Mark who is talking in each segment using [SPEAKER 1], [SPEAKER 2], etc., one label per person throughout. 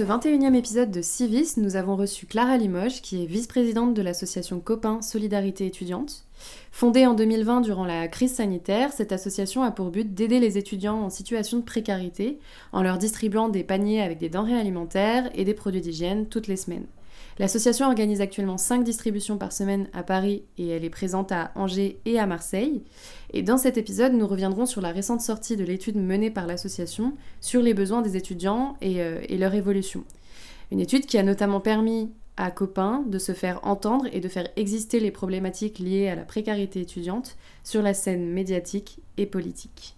[SPEAKER 1] ce 21e épisode de Civis, nous avons reçu Clara Limoges, qui est vice-présidente de l'association Copains Solidarité étudiante. Fondée en 2020 durant la crise sanitaire, cette association a pour but d'aider les étudiants en situation de précarité en leur distribuant des paniers avec des denrées alimentaires et des produits d'hygiène toutes les semaines. L'association organise actuellement 5 distributions par semaine à Paris et elle est présente à Angers et à Marseille. Et dans cet épisode, nous reviendrons sur la récente sortie de l'étude menée par l'association sur les besoins des étudiants et leur évolution. Une étude qui a notamment permis à Copains de se faire entendre et de faire exister les problématiques liées à la précarité étudiante sur la scène médiatique et politique.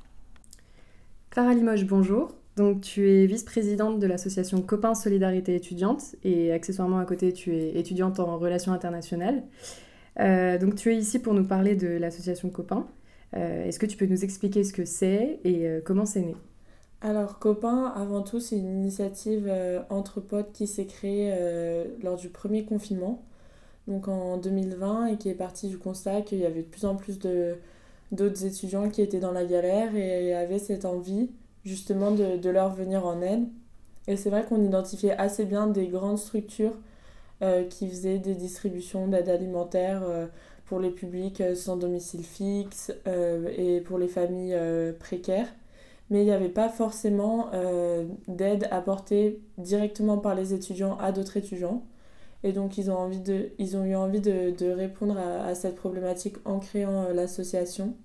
[SPEAKER 1] Clara Limoges, bonjour. Donc tu es vice-présidente de l'association Copains Solidarité étudiante et accessoirement à côté tu es étudiante en relations internationales. Donc tu es ici pour nous parler de l'association Copains. Est-ce que tu peux nous expliquer ce que c'est et comment c'est né ?
[SPEAKER 2] Alors Copains, avant tout, c'est une initiative entre potes qui s'est créée lors du premier confinement, donc en 2020, et qui est partie du constat qu'il y avait de plus en plus d'autres étudiants qui étaient dans la galère et avaient cette envie justement de leur venir en aide. Et c'est vrai qu'on identifiait assez bien des grandes structures qui faisaient des distributions d'aide alimentaire pour les publics sans domicile fixe et pour les familles précaires. Mais il n'y avait pas forcément d'aide apportée directement par les étudiants à d'autres étudiants. Et donc ils ont eu envie de répondre à cette problématique en créant l'association.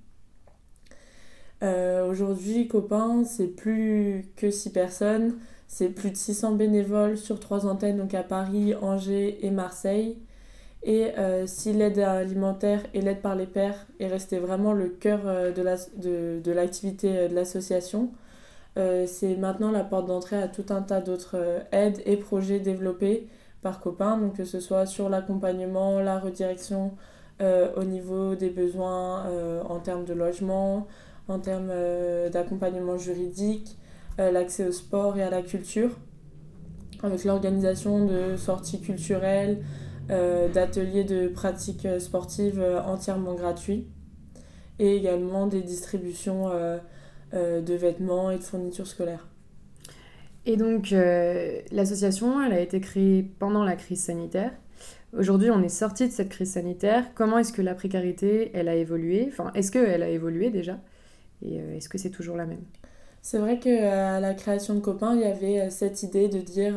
[SPEAKER 2] Aujourd'hui, Copains, c'est plus que 6 personnes, c'est plus de 600 bénévoles sur 3 antennes, donc à Paris, Angers et Marseille. Et si l'aide alimentaire et l'aide par les pairs est resté vraiment le cœur de l'activité de l'association, c'est maintenant la porte d'entrée à tout un tas d'autres aides et projets développés par Copains, donc que ce soit sur l'accompagnement, la redirection au niveau des besoins en termes de logement, en termes d'accompagnement juridique, l'accès au sport et à la culture, avec l'organisation de sorties culturelles, d'ateliers de pratiques sportives entièrement gratuits, et également des distributions de vêtements et de fournitures scolaires.
[SPEAKER 1] Et donc l'association, elle a été créée pendant la crise sanitaire. Aujourd'hui, on est sorti de cette crise sanitaire. Comment est-ce que la précarité, elle a évolué ? Enfin, est-ce qu'elle a évolué déjà ? Et est-ce que c'est toujours la même ?
[SPEAKER 2] C'est vrai qu'à la création de Copains, il y avait cette idée de dire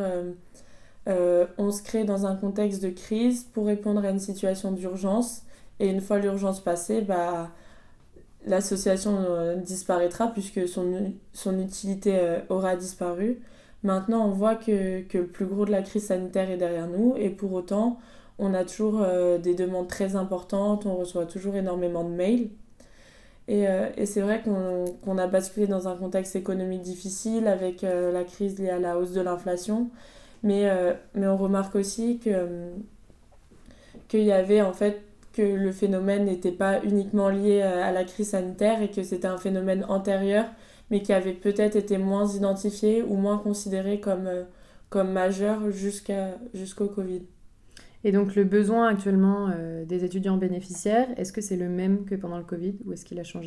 [SPEAKER 2] on se crée dans un contexte de crise pour répondre à une situation d'urgence. Et une fois l'urgence passée, l'association disparaîtra puisque son utilité aura disparu. Maintenant, on voit que le plus gros de la crise sanitaire est derrière nous. Et pour autant, on a toujours des demandes très importantes, on reçoit toujours énormément de mails. Et c'est vrai qu'on a basculé dans un contexte économique difficile avec la crise liée à la hausse de l'inflation. Mais on remarque aussi qu'il y avait en fait que le phénomène n'était pas uniquement lié à la crise sanitaire et que c'était un phénomène antérieur, mais qui avait peut-être été moins identifié ou moins considéré comme majeur jusqu'au Covid.
[SPEAKER 1] Et donc le besoin actuellement des étudiants bénéficiaires, est-ce que c'est le même que pendant le Covid ou est-ce qu'il a changé ?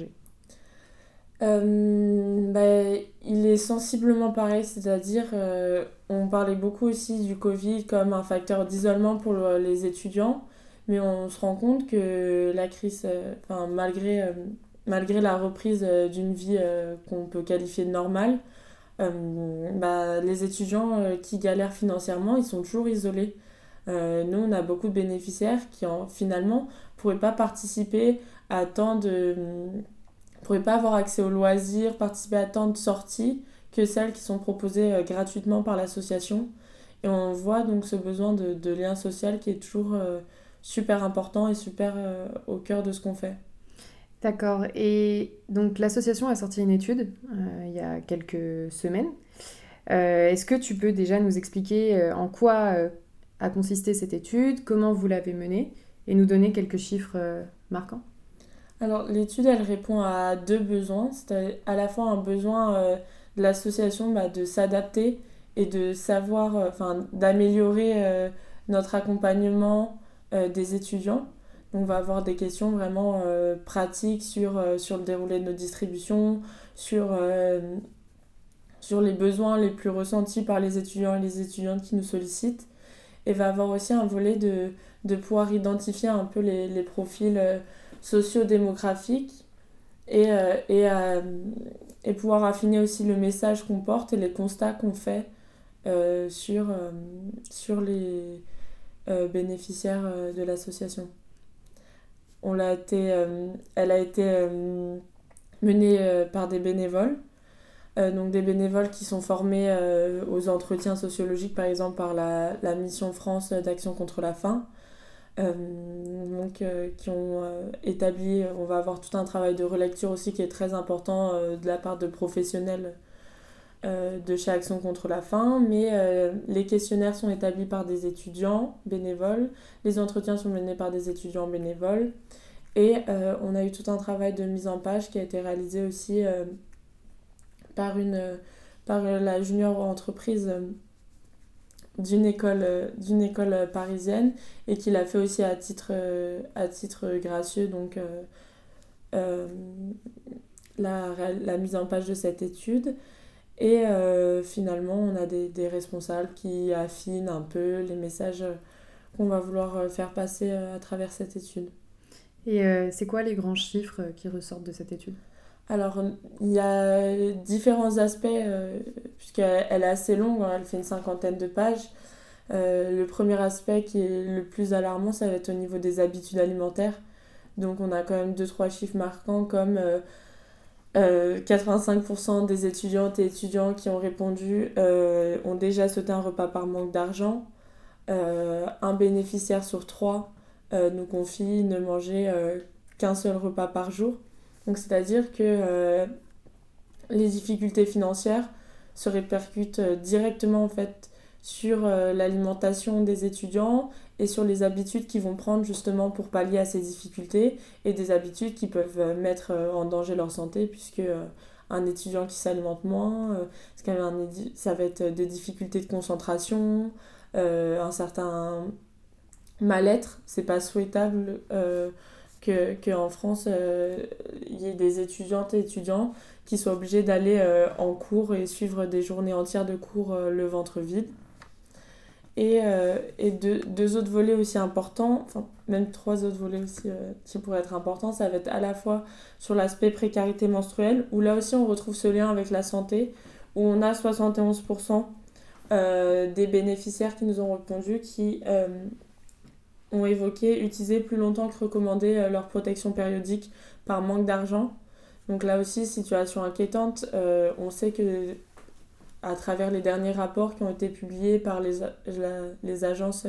[SPEAKER 2] Il est sensiblement pareil, c'est-à-dire on parlait beaucoup aussi du Covid comme un facteur d'isolement pour les étudiants, mais on se rend compte que la crise, malgré la reprise d'une vie qu'on peut qualifier de normale, les étudiants qui galèrent financièrement, ils sont toujours isolés. Nous, on a beaucoup de bénéficiaires qui finalement ne pourraient pas participer à pourraient pas avoir accès aux loisirs, participer à tant de sorties que celles qui sont proposées gratuitement par l'association. Et on voit donc ce besoin de lien social qui est toujours super important et super au cœur de ce qu'on fait.
[SPEAKER 1] D'accord. Et donc l'association a sorti une étude il y a quelques semaines. Est-ce que tu peux déjà nous expliquer en quoi a consisté cette étude, comment vous l'avez menée et nous donner quelques chiffres marquants ?
[SPEAKER 2] Alors l'étude, elle répond à 2 besoins. C'est à la fois un besoin de l'association de s'adapter et de savoir, d'améliorer notre accompagnement des étudiants. Donc on va avoir des questions vraiment pratiques sur le déroulé de nos distributions, sur sur les besoins les plus ressentis par les étudiants et les étudiantes qui nous sollicitent. Et va avoir aussi un volet de pouvoir identifier un peu les profils socio-démographiques et pouvoir affiner aussi le message qu'on porte et les constats qu'on fait sur les bénéficiaires de l'association. Elle a été menée par des bénévoles, donc des bénévoles qui sont formés aux entretiens sociologiques, par exemple par la Mission France d'Action contre la faim, qui ont établi, on va avoir tout un travail de relecture aussi qui est très important de la part de professionnels de chez Action contre la faim, mais les questionnaires sont établis par des étudiants bénévoles, les entretiens sont menés par des étudiants bénévoles, et on a eu tout un travail de mise en page qui a été réalisé aussi par la junior entreprise d'une école parisienne, et qui l'a fait aussi à titre gracieux, donc la mise en page de cette étude. Et finalement, on a des responsables qui affinent un peu les messages qu'on va vouloir faire passer à travers cette étude.
[SPEAKER 1] Et c'est quoi les grands chiffres qui ressortent de cette étude ?
[SPEAKER 2] Alors, il y a différents aspects, puisqu'elle est assez longue, hein, elle fait une 50aine de pages. Le premier aspect qui est le plus alarmant, ça va être au niveau des habitudes alimentaires. Donc, on a quand même 2-3 chiffres marquants, comme 85% des étudiantes et étudiants qui ont répondu ont déjà sauté un repas par manque d'argent. Un bénéficiaire sur 3 nous confie ne manger qu'un seul repas par jour. Donc, c'est-à-dire que les difficultés financières se répercutent directement en fait sur l'alimentation des étudiants et sur les habitudes qu'ils vont prendre justement pour pallier à ces difficultés, et des habitudes qui peuvent mettre en danger leur santé, puisque un étudiant qui s'alimente moins, ça va être des difficultés de concentration, un certain mal-être. C'est pas souhaitable qu'en France, il y ait des étudiantes et étudiants qui soient obligés d'aller en cours et suivre des journées entières de cours le ventre vide. Et deux autres volets aussi importants, enfin même 3 autres volets aussi qui pourraient être importants, ça va être à la fois sur l'aspect précarité menstruelle, où là aussi on retrouve ce lien avec la santé, où on a 71% des bénéficiaires qui nous ont répondu qui ont évoqué utiliser plus longtemps que recommandé leur protection périodique par manque d'argent. Donc là aussi, situation inquiétante. On sait que à travers les derniers rapports qui ont été publiés par les agences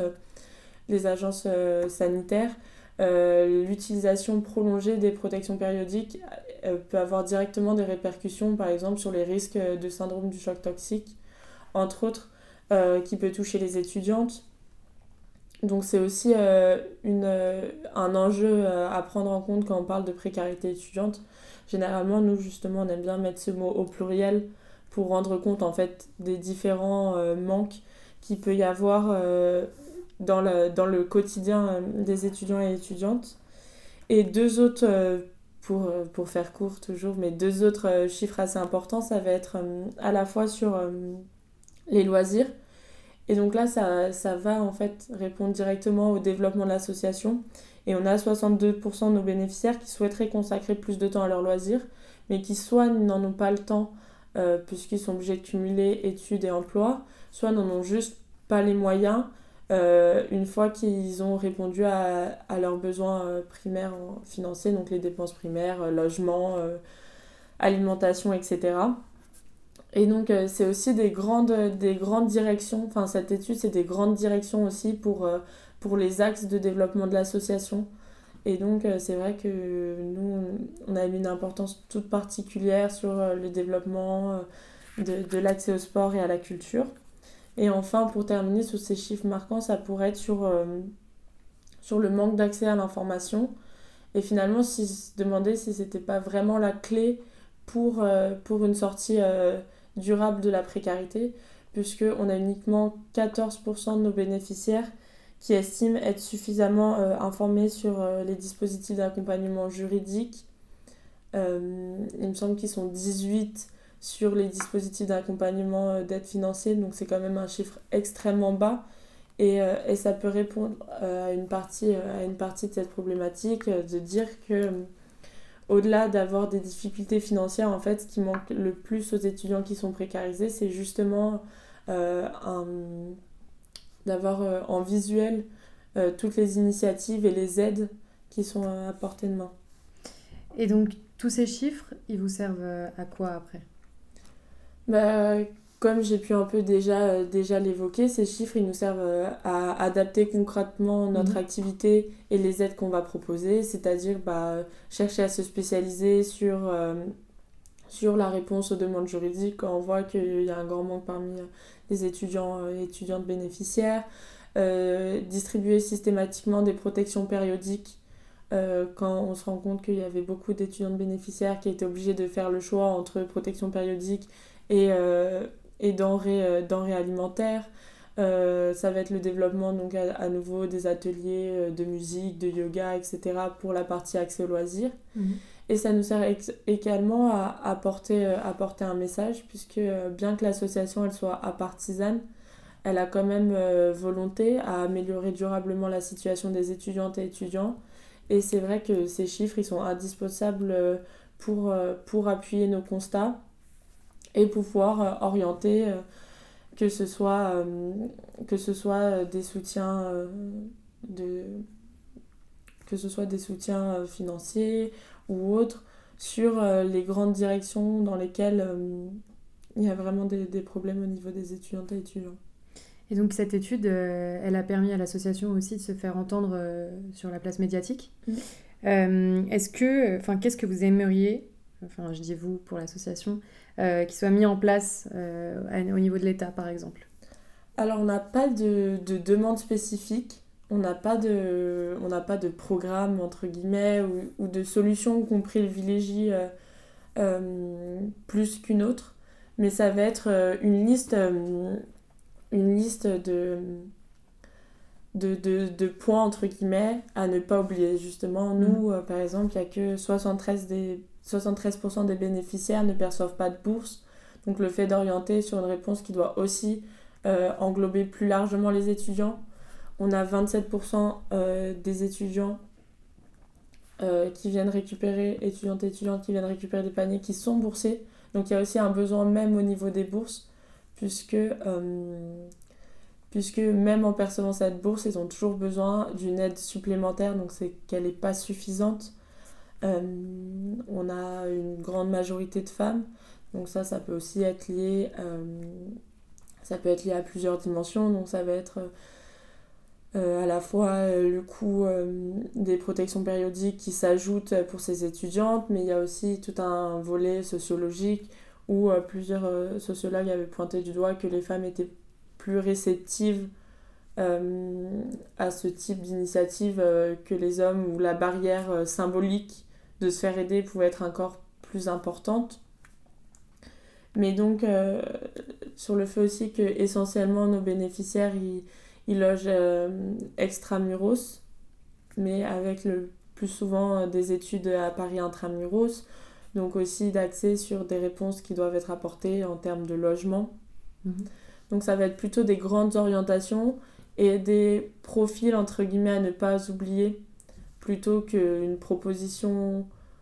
[SPEAKER 2] sanitaires, l'utilisation prolongée des protections périodiques peut avoir directement des répercussions, par exemple, sur les risques de syndrome du choc toxique, entre autres, qui peut toucher les étudiantes. Donc c'est aussi un enjeu à prendre en compte quand on parle de précarité étudiante. Généralement, nous, justement, on aime bien mettre ce mot au pluriel pour rendre compte, en fait, des différents manques qu'il peut y avoir dans le quotidien des étudiants et étudiantes. Et 2 autres, pour faire court toujours, mais 2 autres chiffres assez importants, ça va être à la fois sur les loisirs. Et donc là, ça va en fait répondre directement au développement de l'association. Et on a 62% de nos bénéficiaires qui souhaiteraient consacrer plus de temps à leurs loisirs, mais qui soit n'en ont pas le temps, puisqu'ils sont obligés de cumuler études et emploi, soit n'en ont juste pas les moyens, une fois qu'ils ont répondu à leurs besoins primaires financiers, donc les dépenses primaires, logement, alimentation, etc. Et donc c'est aussi des grandes directions, enfin cette étude c'est des grandes directions aussi pour les axes de développement de l'association. Et donc c'est vrai que nous on a mis une importance toute particulière sur le développement de l'accès au sport et à la culture. Et enfin, pour terminer sur ces chiffres marquants, ça pourrait être sur le manque d'accès à l'information. Et finalement, se demander si c'était pas vraiment la clé pour une sortie durable de la précarité, puisqu'on a uniquement 14% de nos bénéficiaires qui estiment être suffisamment informés sur les dispositifs d'accompagnement juridique. Il me semble qu'ils sont 18 sur les dispositifs d'accompagnement d'aide financière, donc c'est quand même un chiffre extrêmement bas. Et ça peut répondre à une partie de cette problématique, de dire que au-delà d'avoir des difficultés financières, en fait, ce qui manque le plus aux étudiants qui sont précarisés, c'est justement d'avoir en visuel toutes les initiatives et les aides qui sont à portée de main.
[SPEAKER 1] Et donc, tous ces chiffres, ils vous servent à quoi après ?
[SPEAKER 2] Comme j'ai pu un peu déjà l'évoquer, ces chiffres, ils nous servent à adapter concrètement notre activité et les aides qu'on va proposer, c'est-à-dire chercher à se spécialiser sur la réponse aux demandes juridiques quand on voit qu'il y a un grand manque parmi les étudiants et étudiantes bénéficiaires, distribuer systématiquement des protections périodiques quand on se rend compte qu'il y avait beaucoup d'étudiantes bénéficiaires qui étaient obligées de faire le choix entre protection périodique et denrées alimentaires. Ça va être le développement donc à nouveau des ateliers de musique, de yoga, etc. pour la partie accès aux loisirs. Et ça nous sert également à apporter un message, puisque bien que l'association elle soit apartisane, elle a quand même volonté à améliorer durablement la situation des étudiantes et étudiants. Et c'est vrai que ces chiffres ils sont indispensables pour appuyer nos constats et pouvoir orienter que ce soit des soutiens financiers ou autres sur les grandes directions dans lesquelles il y a vraiment des problèmes au niveau des étudiantes et étudiants.
[SPEAKER 1] Et donc cette étude, elle a permis à l'association aussi de se faire entendre sur la place médiatique. Qu'est-ce que vous aimeriez, enfin je dis vous pour l'association, qui soit mis en place au niveau de l'État par exemple ?
[SPEAKER 2] Alors on n'a pas de demande spécifique, on n'a pas de programme entre guillemets ou de solution qu'on privilégie plus qu'une autre, mais ça va être une liste de points entre guillemets à ne pas oublier. Justement, nous, par exemple, il n'y a que 73% des bénéficiaires ne perçoivent pas de bourse. Donc le fait d'orienter sur une réponse qui doit aussi englober plus largement les étudiants. On a 27% des étudiants qui viennent récupérer, étudiantes et étudiants qui viennent récupérer des paniers qui sont boursés. Donc il y a aussi un besoin même au niveau des bourses, puisque même en percevant cette bourse, ils ont toujours besoin d'une aide supplémentaire, donc c'est qu'elle n'est pas suffisante. On a une grande majorité de femmes, donc ça peut aussi être lié, à plusieurs dimensions, donc ça va être à la fois le coût des protections périodiques qui s'ajoutent pour ces étudiantes, mais il y a aussi tout un volet sociologique où plusieurs sociologues avaient pointé du doigt que les femmes étaient plus réceptives à ce type d'initiative que les hommes, où la barrière symbolique de se faire aider pouvait être encore plus importante. Mais donc, sur le fait aussi que essentiellement nos bénéficiaires ils logent extramuros, mais avec le plus souvent des études à Paris intramuros, donc aussi d'accès sur des réponses qui doivent être apportées en termes de logement. Donc ça va être plutôt des grandes orientations et des profils entre guillemets à ne pas oublier, plutôt qu'une proposition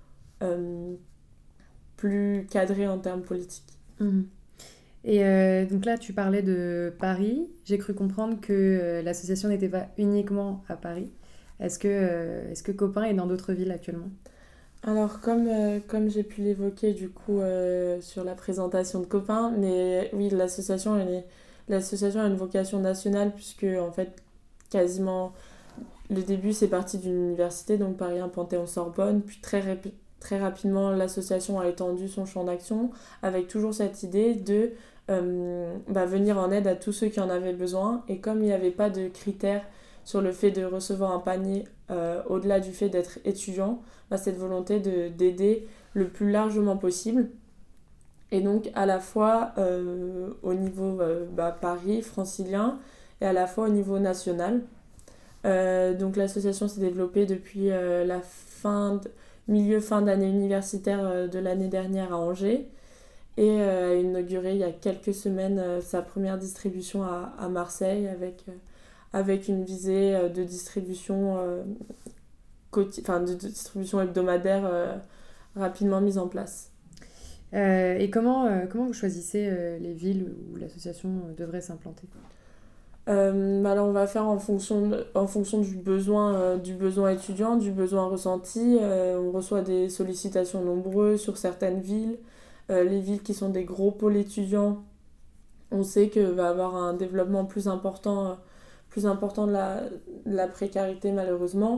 [SPEAKER 2] plus cadrée en termes politiques.
[SPEAKER 1] Et donc là, tu parlais de Paris. J'ai cru comprendre que l'association n'était pas uniquement à Paris. Est-ce que Copain est dans d'autres villes actuellement ?
[SPEAKER 2] Alors, comme j'ai pu l'évoquer du coup sur la présentation de Copain, mais oui, l'association a une vocation nationale, puisque en fait, quasiment, le début c'est parti d'une université, donc Paris 1 Panthéon-Sorbonne, puis très rapidement l'association a étendu son champ d'action, avec toujours cette idée de venir en aide à tous ceux qui en avaient besoin. Et comme il n'y avait pas de critères sur le fait de recevoir un panier au-delà du fait d'être étudiant, cette volonté d'aider le plus largement possible. Et donc à la fois au niveau Paris, francilien, et à la fois au niveau national. Donc l'association s'est développée depuis fin d'année universitaire de l'année dernière à Angers. et a inauguré il y a quelques semaines sa première distribution à Marseille avec une visée de distribution, de distribution hebdomadaire rapidement mise en place.
[SPEAKER 1] Et comment vous choisissez les villes où l'association devrait s'implanter ?
[SPEAKER 2] Alors on va faire en fonction du besoin étudiant, du besoin ressenti. On reçoit des sollicitations nombreuses sur certaines villes. Les villes qui sont des gros pôles étudiants, on sait qu'il va y avoir un développement plus important de la précarité malheureusement.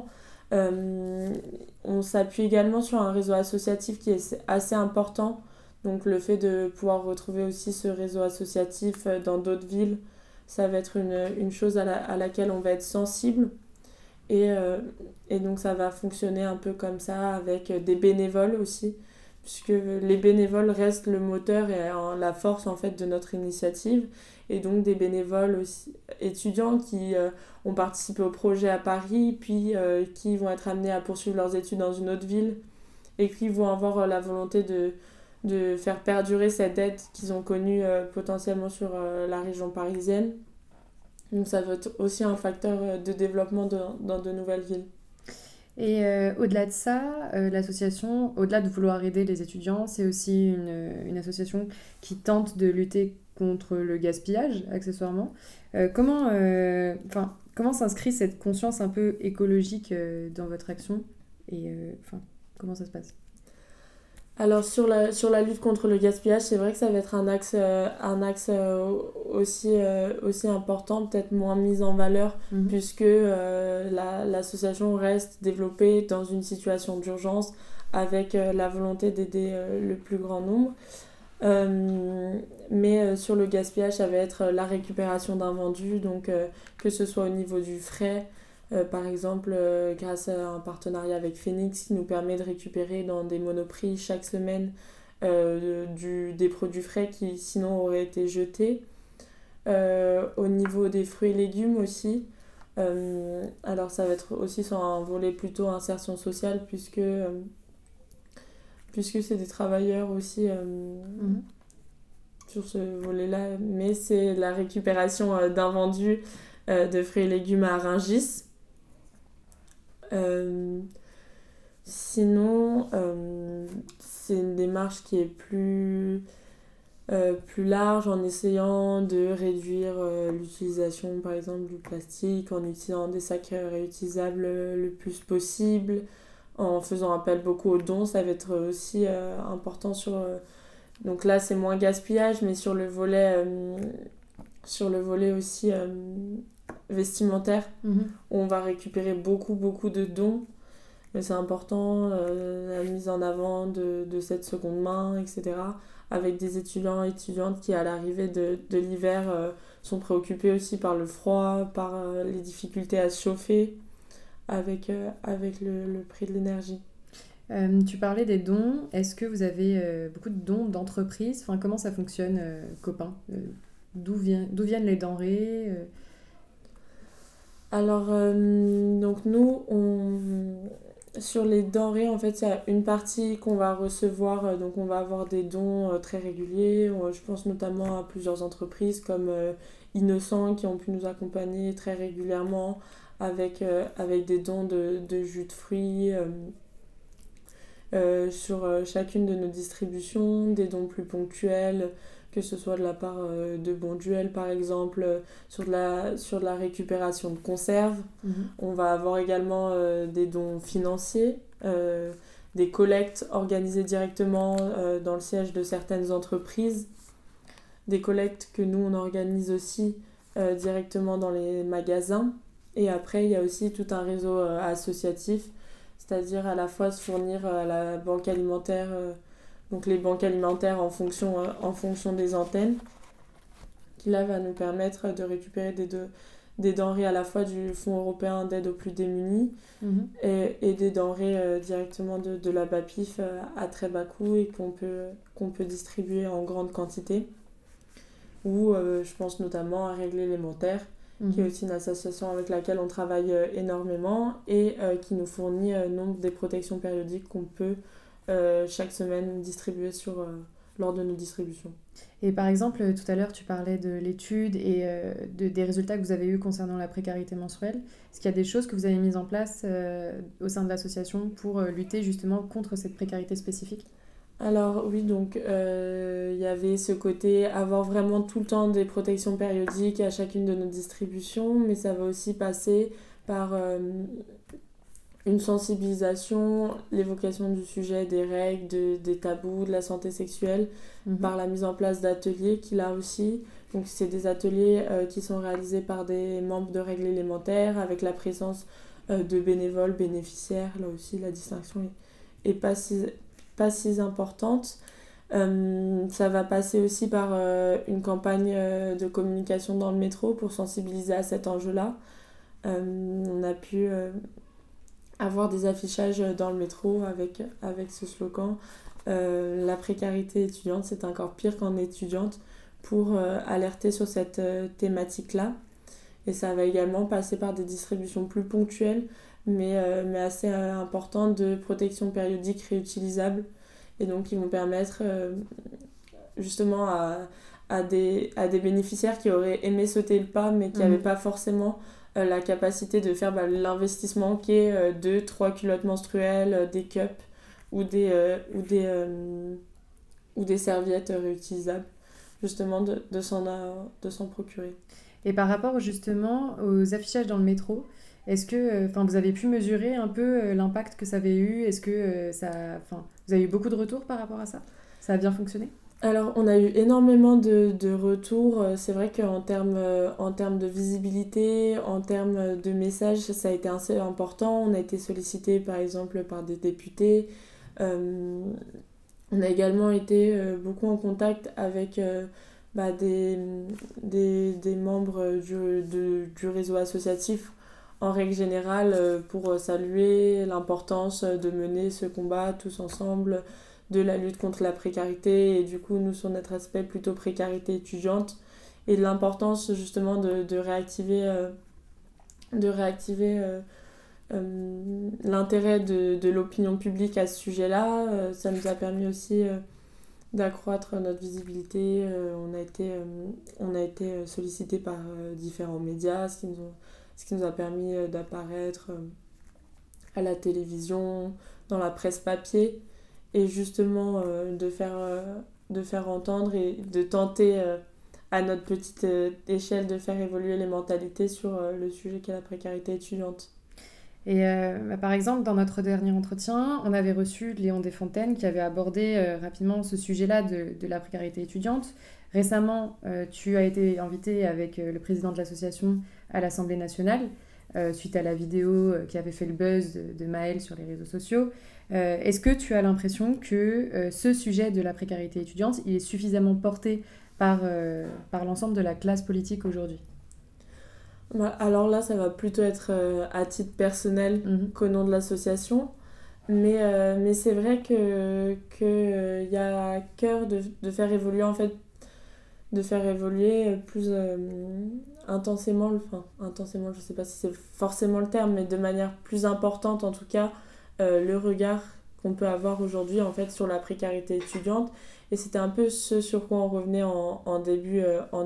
[SPEAKER 2] On s'appuie également sur un réseau associatif qui est assez important. Donc le fait de pouvoir retrouver aussi ce réseau associatif dans d'autres villes, ça va être une chose à laquelle on va être sensible. Et donc ça va fonctionner un peu comme ça avec des bénévoles aussi, puisque les bénévoles restent le moteur et la force en fait de notre initiative. Et donc des bénévoles aussi, étudiants qui ont participé au projet à Paris, puis qui vont être amenés à poursuivre leurs études dans une autre ville et qui vont avoir la volonté de faire perdurer cette aide qu'ils ont connue potentiellement sur la région parisienne. Donc ça va être aussi un facteur de développement dans de nouvelles villes.
[SPEAKER 1] Et au-delà de ça, l'association, au-delà de vouloir aider les étudiants, c'est aussi une association qui tente de lutter contre le gaspillage, accessoirement. Comment s'inscrit cette conscience un peu écologique dans votre action ? Et comment ça se passe ?
[SPEAKER 2] Alors sur la lutte contre le gaspillage, c'est vrai que ça va être un axe aussi important, peut-être moins mis en valeur, puisque l'association reste développée dans une situation d'urgence avec la volonté d'aider le plus grand nombre. Mais sur le gaspillage, ça va être la récupération d'invendus, donc que ce soit au niveau du frais, par exemple grâce à un partenariat avec Phoenix qui nous permet de récupérer dans des monoprix chaque semaine des produits frais qui sinon auraient été jetés. Au niveau des fruits et légumes aussi, alors ça va être aussi sur un volet plutôt insertion sociale puisque c'est des travailleurs aussi sur ce volet-là, mais c'est la récupération d'invendus de fruits et légumes à Rungis. Sinon, c'est une démarche qui est plus large en essayant de réduire l'utilisation par exemple du plastique, en utilisant des sacs réutilisables le plus possible, en faisant appel beaucoup aux dons. Ça va être aussi important donc là c'est moins gaspillage, mais sur le volet aussi vestimentaire, où on va récupérer beaucoup de dons. Mais c'est important, la mise en avant de cette seconde main, etc. Avec des étudiants et étudiantes qui, à l'arrivée de l'hiver, sont préoccupés aussi par le froid, par les difficultés à se chauffer, avec le prix de l'énergie.
[SPEAKER 1] Tu parlais des dons. Est-ce que vous avez beaucoup de dons d'entreprises ? Comment ça fonctionne, Copain ? D'où viennent les denrées ?
[SPEAKER 2] Alors, donc nous, sur les denrées, en fait, il y a une partie qu'on va recevoir, donc on va avoir des dons très réguliers. Je pense notamment à plusieurs entreprises comme Innocent qui ont pu nous accompagner très régulièrement avec des dons de jus de fruits sur chacune de nos distributions, des dons plus ponctuels, que ce soit de la part de Bonduel par exemple, sur de la récupération de conserves. On va avoir également des dons financiers, des collectes organisées directement dans le siège de certaines entreprises, des collectes que nous on organise aussi directement dans les magasins. Et après il y a aussi tout un réseau associatif, c'est-à-dire à la fois se fournir à la banque alimentaire, donc les banques alimentaires en fonction des antennes, qui là va nous permettre de récupérer des denrées à la fois du Fonds européen d'aide aux plus démunis et des denrées directement de la BAPIF à très bas coût et qu'on peut distribuer en grande quantité. Ou je pense notamment à Règle Élémentaire, qui est aussi une association avec laquelle on travaille énormément et qui nous fournit donc des protections périodiques qu'on peut chaque semaine distribuer sur lors de nos distributions.
[SPEAKER 1] Et par exemple, tout à l'heure, tu parlais de l'étude et des résultats que vous avez eus concernant la précarité menstruelle. Est-ce qu'il y a des choses que vous avez mises en place au sein de l'association pour lutter justement contre cette précarité spécifique ?
[SPEAKER 2] Alors oui, donc il y avait ce côté avoir vraiment tout le temps des protections périodiques à chacune de nos distributions, mais ça va aussi passer par une sensibilisation, l'évocation du sujet des règles, des tabous, de la santé sexuelle, par la mise en place d'ateliers qu'il a aussi. Donc c'est des ateliers qui sont réalisés par des membres de règles élémentaires, avec la présence de bénévoles, bénéficiaires. Là aussi, la distinction est pas si importante. Ça va passer aussi par une campagne de communication dans le métro pour sensibiliser à cet enjeu-là. On a pu avoir des affichages dans le métro avec ce slogan la précarité étudiante, c'est encore pire qu'en étudiante, pour alerter sur cette thématique-là. Et ça va également passer par des distributions plus ponctuelles, mais assez importantes, de protection périodique réutilisable, et donc qui vont permettre justement à des bénéficiaires qui auraient aimé sauter le pas, mais qui n'avaient pas forcément la capacité de faire l'investissement qui est 2-3 culottes menstruelles, des cups ou des serviettes réutilisables, justement de s'en procurer.
[SPEAKER 1] Et par rapport justement aux affichages dans le métro, est-ce que vous avez pu mesurer un peu l'impact que ça avait eu ? Est-ce que vous avez eu beaucoup de retours par rapport à ça ? Ça a bien fonctionné ?
[SPEAKER 2] Alors, on a eu énormément de retours. C'est vrai qu'en termes de visibilité, en termes de messages, ça a été assez important. On a été sollicité par exemple par des députés. On a également été beaucoup en contact avec des membres du réseau associatif en règle générale, pour saluer l'importance de mener ce combat tous ensemble, de la lutte contre la précarité, et du coup nous sur notre aspect plutôt précarité étudiante, et de l'importance justement de réactiver l'intérêt de l'opinion publique à ce sujet-là. Ça nous a permis aussi d'accroître notre visibilité. On a été sollicité par différents médias, ce qui nous a permis d'apparaître à la télévision, dans la presse papier, et justement de faire entendre et de tenter à notre petite échelle de faire évoluer les mentalités sur le sujet qu'est la précarité étudiante.
[SPEAKER 1] Et par exemple, dans notre dernier entretien, on avait reçu Léon Desfontaines qui avait abordé rapidement ce sujet-là de la précarité étudiante. Récemment, tu as été invité avec le président de l'association à l'Assemblée nationale, suite à la vidéo qui avait fait le buzz de Maëlle sur les réseaux sociaux. Est-ce que tu as l'impression que ce sujet de la précarité étudiante, il est suffisamment porté par l'ensemble de la classe politique aujourd'hui ?
[SPEAKER 2] Alors là, ça va plutôt être à titre personnel qu'au nom de l'association. Mais c'est vrai qu'il y a à cœur de faire évoluer, en fait, de faire évoluer plus intensément, intensément, je sais pas si c'est forcément le terme, mais de manière plus importante en tout cas, le regard qu'on peut avoir aujourd'hui en fait sur la précarité étudiante. Et c'était un peu ce sur quoi on revenait en début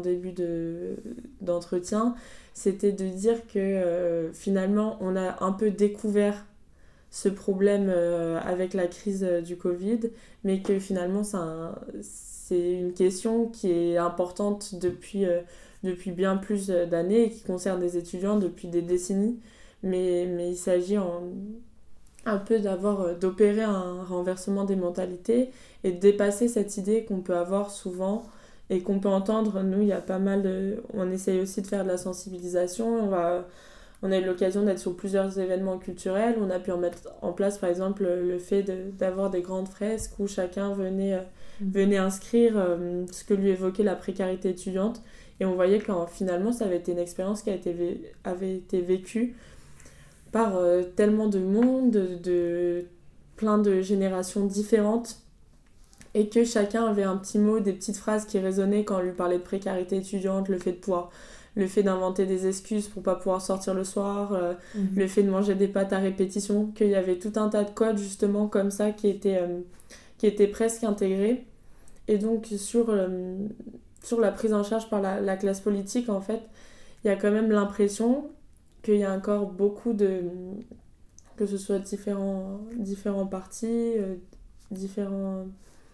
[SPEAKER 2] d'entretien, c'était de dire que finalement on a un peu découvert ce problème avec la crise du Covid, mais que finalement c'est une question qui est importante depuis bien plus d'années et qui concerne les étudiants depuis des décennies, mais il s'agit un peu d'opérer un renversement des mentalités et de dépasser cette idée qu'on peut avoir souvent et qu'on peut entendre. Nous, il y a pas mal on essaye aussi de faire de la sensibilisation. On a eu l'occasion d'être sur plusieurs événements culturels. On a pu en mettre en place, par exemple, le fait d'avoir des grandes fresques où chacun venait inscrire ce que lui évoquait la précarité étudiante. Et on voyait que finalement, ça avait été une expérience qui avait été vécue par tellement de monde, de plein de générations différentes, et que chacun avait un petit mot, des petites phrases qui résonnaient quand on lui parlait de précarité étudiante, le fait d'inventer des excuses pour pas pouvoir sortir le soir, le fait de manger des pâtes à répétition, qu'il y avait tout un tas de codes justement comme ça qui étaient presque intégrés. Et donc sur la prise en charge par la classe politique, en fait, il y a quand même l'impression qu'il y a encore beaucoup de... que ce soit différents partis, différents...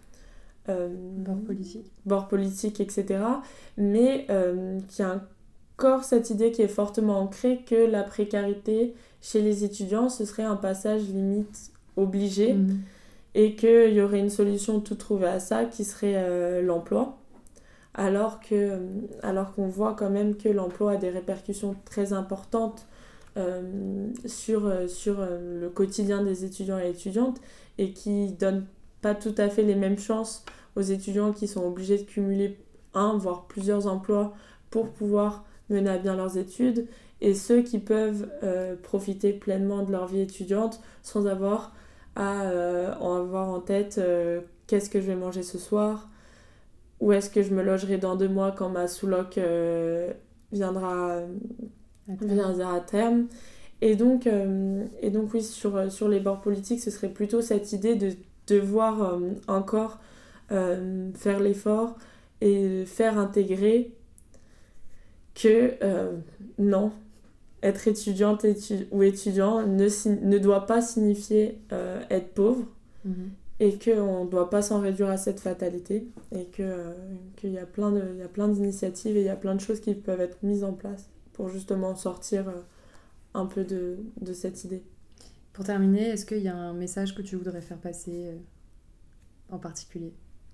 [SPEAKER 2] bords politiques, etc. Mais qu'il y a encore cette idée qui est fortement ancrée que la précarité chez les étudiants, ce serait un passage limite obligé et qu'il y aurait une solution toute trouvée à ça qui serait l'emploi. Alors qu'on voit quand même que l'emploi a des répercussions très importantes sur le quotidien des étudiants et étudiantes et qui donnent pas tout à fait les mêmes chances aux étudiants qui sont obligés de cumuler un, voire plusieurs emplois pour pouvoir mener à bien leurs études et ceux qui peuvent profiter pleinement de leur vie étudiante sans avoir à avoir en tête qu'est-ce que je vais manger ce soir, où est-ce que je me logerai dans 2 mois quand ma sous-loc viendra à terme. Et donc oui, sur les bords politiques, ce serait plutôt cette idée de devoir encore faire l'effort et faire intégrer que non, être étudiante ou étudiant ne doit pas signifier être pauvre. Et qu'on ne doit pas s'en réduire à cette fatalité et qu'il y a plein d'initiatives et il y a plein de choses qui peuvent être mises en place pour justement sortir un peu de cette idée.
[SPEAKER 1] Pour terminer, est-ce qu'il y a un message que tu voudrais faire passer en particulier ?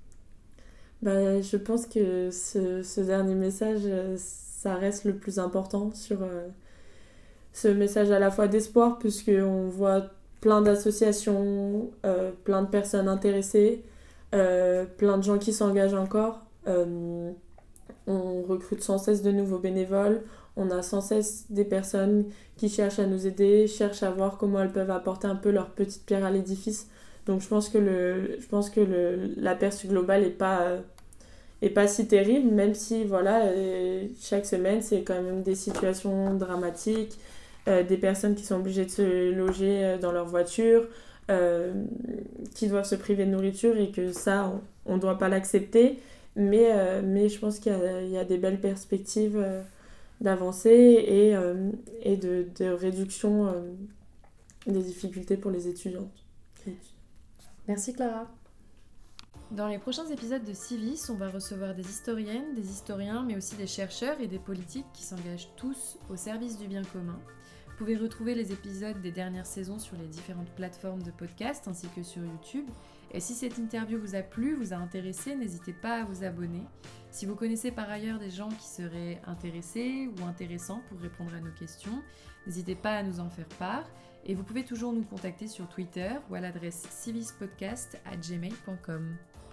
[SPEAKER 2] Je pense que ce dernier message, ça reste le plus important sur ce message à la fois d'espoir puisqu'on voit plein d'associations, plein de personnes intéressées, plein de gens qui s'engagent encore. On recrute sans cesse de nouveaux bénévoles. On a sans cesse des personnes qui cherchent à nous aider, cherchent à voir comment elles peuvent apporter un peu leur petite pierre à l'édifice. Donc je pense que l'aperçu global est pas si terrible, même si voilà, chaque semaine c'est quand même des situations dramatiques. Des personnes qui sont obligées de se loger dans leur voiture, qui doivent se priver de nourriture et que ça, on ne doit pas l'accepter. Mais je pense qu'il y a des belles perspectives d'avancée et de réduction des difficultés pour les étudiantes.
[SPEAKER 1] Merci Clara. Dans les prochains épisodes de Civis, on va recevoir des historiennes, des historiens, mais aussi des chercheurs et des politiques qui s'engagent tous au service du bien commun. Vous pouvez retrouver les épisodes des dernières saisons sur les différentes plateformes de podcast ainsi que sur YouTube. Et si cette interview vous a plu, vous a intéressé, n'hésitez pas à vous abonner. Si vous connaissez par ailleurs des gens qui seraient intéressés ou intéressants pour répondre à nos questions, n'hésitez pas à nous en faire part. Et vous pouvez toujours nous contacter sur Twitter ou à l'adresse civispodcast@gmail.com.